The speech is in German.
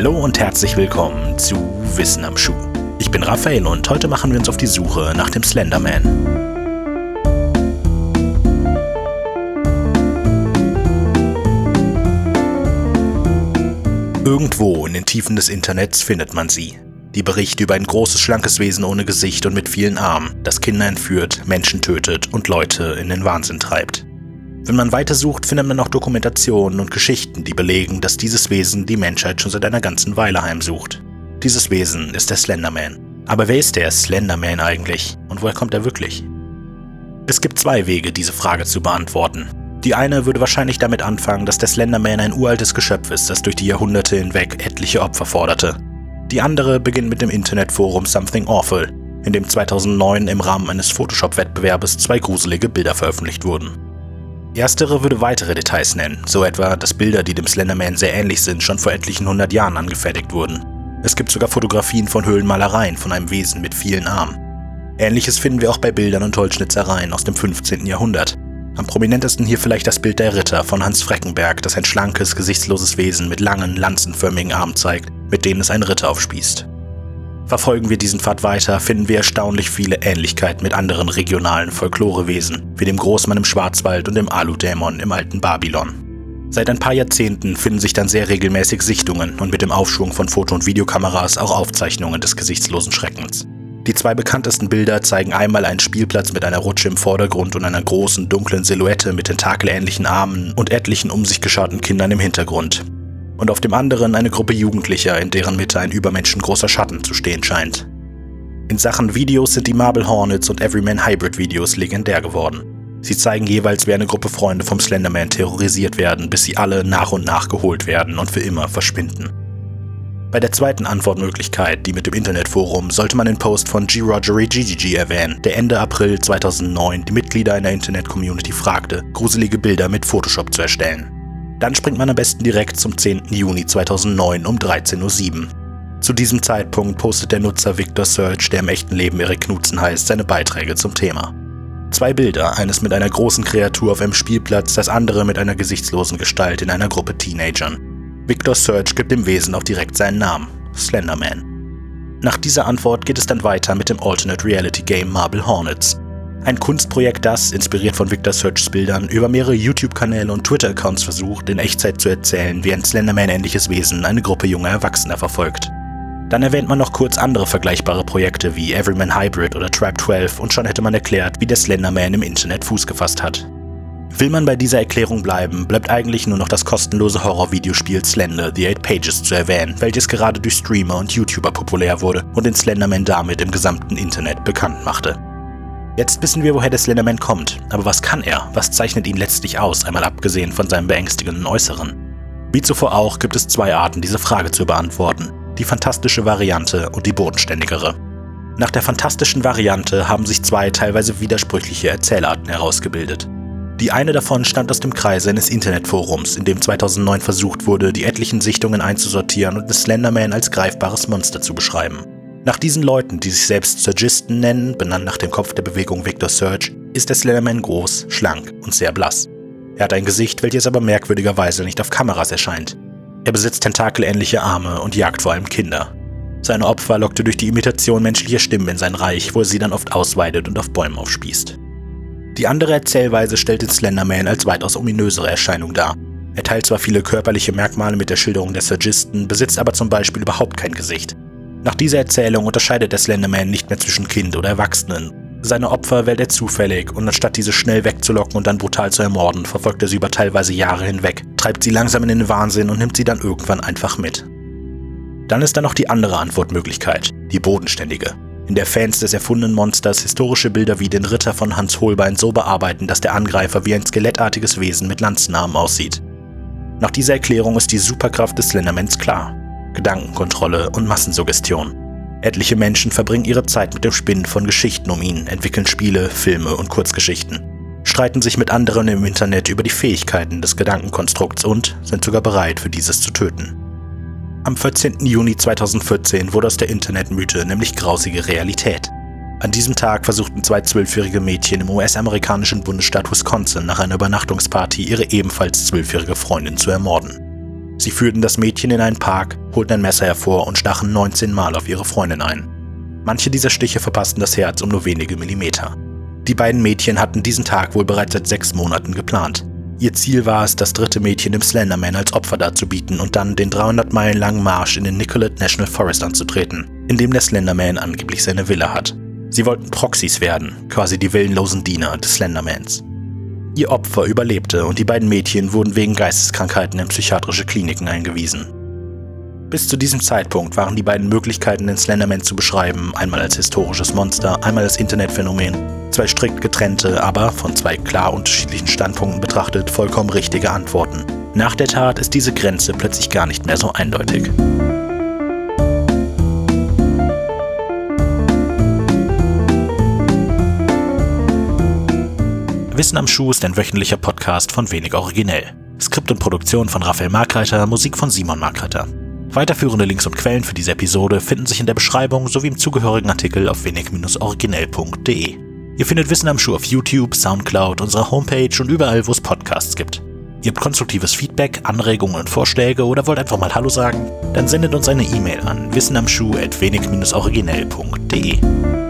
Hallo und herzlich willkommen zu Wissen am Schuh. Ich bin Raphael und heute machen wir uns auf die Suche nach dem Slenderman. Irgendwo in den Tiefen des Internets findet man sie. Die Berichte über ein großes, schlankes Wesen ohne Gesicht und mit vielen Armen, das Kinder entführt, Menschen tötet und Leute in den Wahnsinn treibt. Wenn man weitersucht, findet man auch Dokumentationen und Geschichten, die belegen, dass dieses Wesen die Menschheit schon seit einer ganzen Weile heimsucht. Dieses Wesen ist der Slenderman. Aber wer ist der Slenderman eigentlich? Und woher kommt er wirklich? Es gibt zwei Wege, diese Frage zu beantworten. Die eine würde wahrscheinlich damit anfangen, dass der Slenderman ein uraltes Geschöpf ist, das durch die Jahrhunderte hinweg etliche Opfer forderte. Die andere beginnt mit dem Internetforum Something Awful, in dem 2009 im Rahmen eines Photoshop-Wettbewerbes zwei gruselige Bilder veröffentlicht wurden. Erstere würde weitere Details nennen, so etwa, dass Bilder, die dem Slenderman sehr ähnlich sind, schon vor etlichen 100 Jahren angefertigt wurden. Es gibt sogar Fotografien von Höhlenmalereien von einem Wesen mit vielen Armen. Ähnliches finden wir auch bei Bildern und Holzschnitzereien aus dem 15. Jahrhundert. Am prominentesten hier vielleicht das Bild der Ritter von Hans Freckenberg, das ein schlankes, gesichtsloses Wesen mit langen, lanzenförmigen Armen zeigt, mit denen es einen Ritter aufspießt. Verfolgen wir diesen Pfad weiter, finden wir erstaunlich viele Ähnlichkeiten mit anderen regionalen Folklorewesen, wie dem Großmann im Schwarzwald und dem Aludämon im alten Babylon. Seit ein paar Jahrzehnten finden sich dann sehr regelmäßig Sichtungen und mit dem Aufschwung von Foto- und Videokameras auch Aufzeichnungen des gesichtslosen Schreckens. Die zwei bekanntesten Bilder zeigen einmal einen Spielplatz mit einer Rutsche im Vordergrund und einer großen, dunklen Silhouette mit tentakelähnlichen Armen und etlichen um sich geschauten Kindern im Hintergrund. Und auf dem anderen eine Gruppe Jugendlicher, in deren Mitte ein übermenschengroßer Schatten zu stehen scheint. In Sachen Videos sind die Marble Hornets und Everyman Hybrid Videos legendär geworden. Sie zeigen jeweils, wie eine Gruppe Freunde vom Slenderman terrorisiert werden, bis sie alle nach und nach geholt werden und für immer verschwinden. Bei der zweiten Antwortmöglichkeit, die mit dem Internetforum, sollte man den Post von GRogeryGGG erwähnen, der Ende April 2009 die Mitglieder einer Internet-Community fragte, gruselige Bilder mit Photoshop zu erstellen. Dann springt man am besten direkt zum 10. Juni 2009 um 13:07 Uhr. Zu diesem Zeitpunkt postet der Nutzer Victor Search, der im echten Leben Erik Knudsen heißt, seine Beiträge zum Thema. Zwei Bilder, eines mit einer großen Kreatur auf einem Spielplatz, das andere mit einer gesichtslosen Gestalt in einer Gruppe Teenagern. Victor Search gibt dem Wesen auch direkt seinen Namen, Slenderman. Nach dieser Antwort geht es dann weiter mit dem Alternate Reality Game Marble Hornets. Ein Kunstprojekt, das, inspiriert von Victor Searchs Bildern, über mehrere YouTube-Kanäle und Twitter-Accounts versucht, in Echtzeit zu erzählen, wie ein Slenderman-ähnliches Wesen eine Gruppe junger Erwachsener verfolgt. Dann erwähnt man noch kurz andere vergleichbare Projekte wie Everyman Hybrid oder Trap 12 und schon hätte man erklärt, wie der Slenderman im Internet Fuß gefasst hat. Will man bei dieser Erklärung bleiben, bleibt eigentlich nur noch das kostenlose Horror-Videospiel Slender: The Eight Pages zu erwähnen, welches gerade durch Streamer und YouTuber populär wurde und den Slenderman damit im gesamten Internet bekannt machte. Jetzt wissen wir, woher der Slenderman kommt, aber was kann er? Was zeichnet ihn letztlich aus, einmal abgesehen von seinem beängstigenden Äußeren? Wie zuvor auch gibt es zwei Arten, diese Frage zu beantworten: die fantastische Variante und die bodenständigere. Nach der fantastischen Variante haben sich zwei teilweise widersprüchliche Erzählarten herausgebildet. Die eine davon stammt aus dem Kreise eines Internetforums, in dem 2009 versucht wurde, die etlichen Sichtungen einzusortieren und den Slenderman als greifbares Monster zu beschreiben. Nach diesen Leuten, die sich selbst Surgisten nennen, benannt nach dem Kopf der Bewegung Victor Search, ist der Slenderman groß, schlank und sehr blass. Er hat ein Gesicht, welches aber merkwürdigerweise nicht auf Kameras erscheint. Er besitzt tentakelähnliche Arme und jagt vor allem Kinder. Seine Opfer lockte durch die Imitation menschlicher Stimmen in sein Reich, wo er sie dann oft ausweidet und auf Bäumen aufspießt. Die andere Erzählweise stellt den Slenderman als weitaus ominösere Erscheinung dar. Er teilt zwar viele körperliche Merkmale mit der Schilderung der Surgisten, besitzt aber zum Beispiel überhaupt kein Gesicht. Nach dieser Erzählung unterscheidet der Slenderman nicht mehr zwischen Kind oder Erwachsenen. Seine Opfer wählt er zufällig und anstatt diese schnell wegzulocken und dann brutal zu ermorden, verfolgt er sie über teilweise Jahre hinweg, treibt sie langsam in den Wahnsinn und nimmt sie dann irgendwann einfach mit. Dann ist da noch die andere Antwortmöglichkeit, die bodenständige, in der Fans des erfundenen Monsters historische Bilder wie den Ritter von Hans Holbein so bearbeiten, dass der Angreifer wie ein skelettartiges Wesen mit Lanzenarmen aussieht. Nach dieser Erklärung ist die Superkraft des Slendermans klar: Gedankenkontrolle und Massensuggestion. Etliche Menschen verbringen ihre Zeit mit dem Spinnen von Geschichten um ihn, entwickeln Spiele, Filme und Kurzgeschichten, streiten sich mit anderen im Internet über die Fähigkeiten des Gedankenkonstrukts und sind sogar bereit, für dieses zu töten. Am 14. Juni 2014 wurde aus der Internetmythe nämlich grausige Realität. An diesem Tag versuchten zwei 12-jährige Mädchen im US-amerikanischen Bundesstaat Wisconsin nach einer Übernachtungsparty ihre ebenfalls 12-jährige Freundin zu ermorden. Sie führten das Mädchen in einen Park, holten ein Messer hervor und stachen 19 Mal auf ihre Freundin ein. Manche dieser Stiche verpassten das Herz um nur wenige Millimeter. Die beiden Mädchen hatten diesen Tag wohl bereits seit 6 Monaten geplant. Ihr Ziel war es, das dritte Mädchen dem Slenderman als Opfer darzubieten und dann den 300 Meilen langen Marsch in den Nicolet National Forest anzutreten, in dem der Slenderman angeblich seine Villa hat. Sie wollten Proxys werden, quasi die willenlosen Diener des Slendermans. Ihr Opfer überlebte und die beiden Mädchen wurden wegen Geisteskrankheiten in psychiatrische Kliniken eingewiesen. Bis zu diesem Zeitpunkt waren die beiden Möglichkeiten, den Slenderman zu beschreiben, einmal als historisches Monster, einmal als Internetphänomen, zwei strikt getrennte, aber von zwei klar unterschiedlichen Standpunkten betrachtet vollkommen richtige Antworten. Nach der Tat ist diese Grenze plötzlich gar nicht mehr so eindeutig. Wissen am Schuh ist ein wöchentlicher Podcast von Wenig Originell. Skript und Produktion von Raphael Markreiter, Musik von Simon Markreiter. Weiterführende Links und Quellen für diese Episode finden sich in der Beschreibung sowie im zugehörigen Artikel auf wenig-originell.de. Ihr findet Wissen am Schuh auf YouTube, Soundcloud, unserer Homepage und überall, wo es Podcasts gibt. Ihr habt konstruktives Feedback, Anregungen und Vorschläge oder wollt einfach mal Hallo sagen? Dann sendet uns eine E-Mail an wissenamschuh@wenig-originell.de.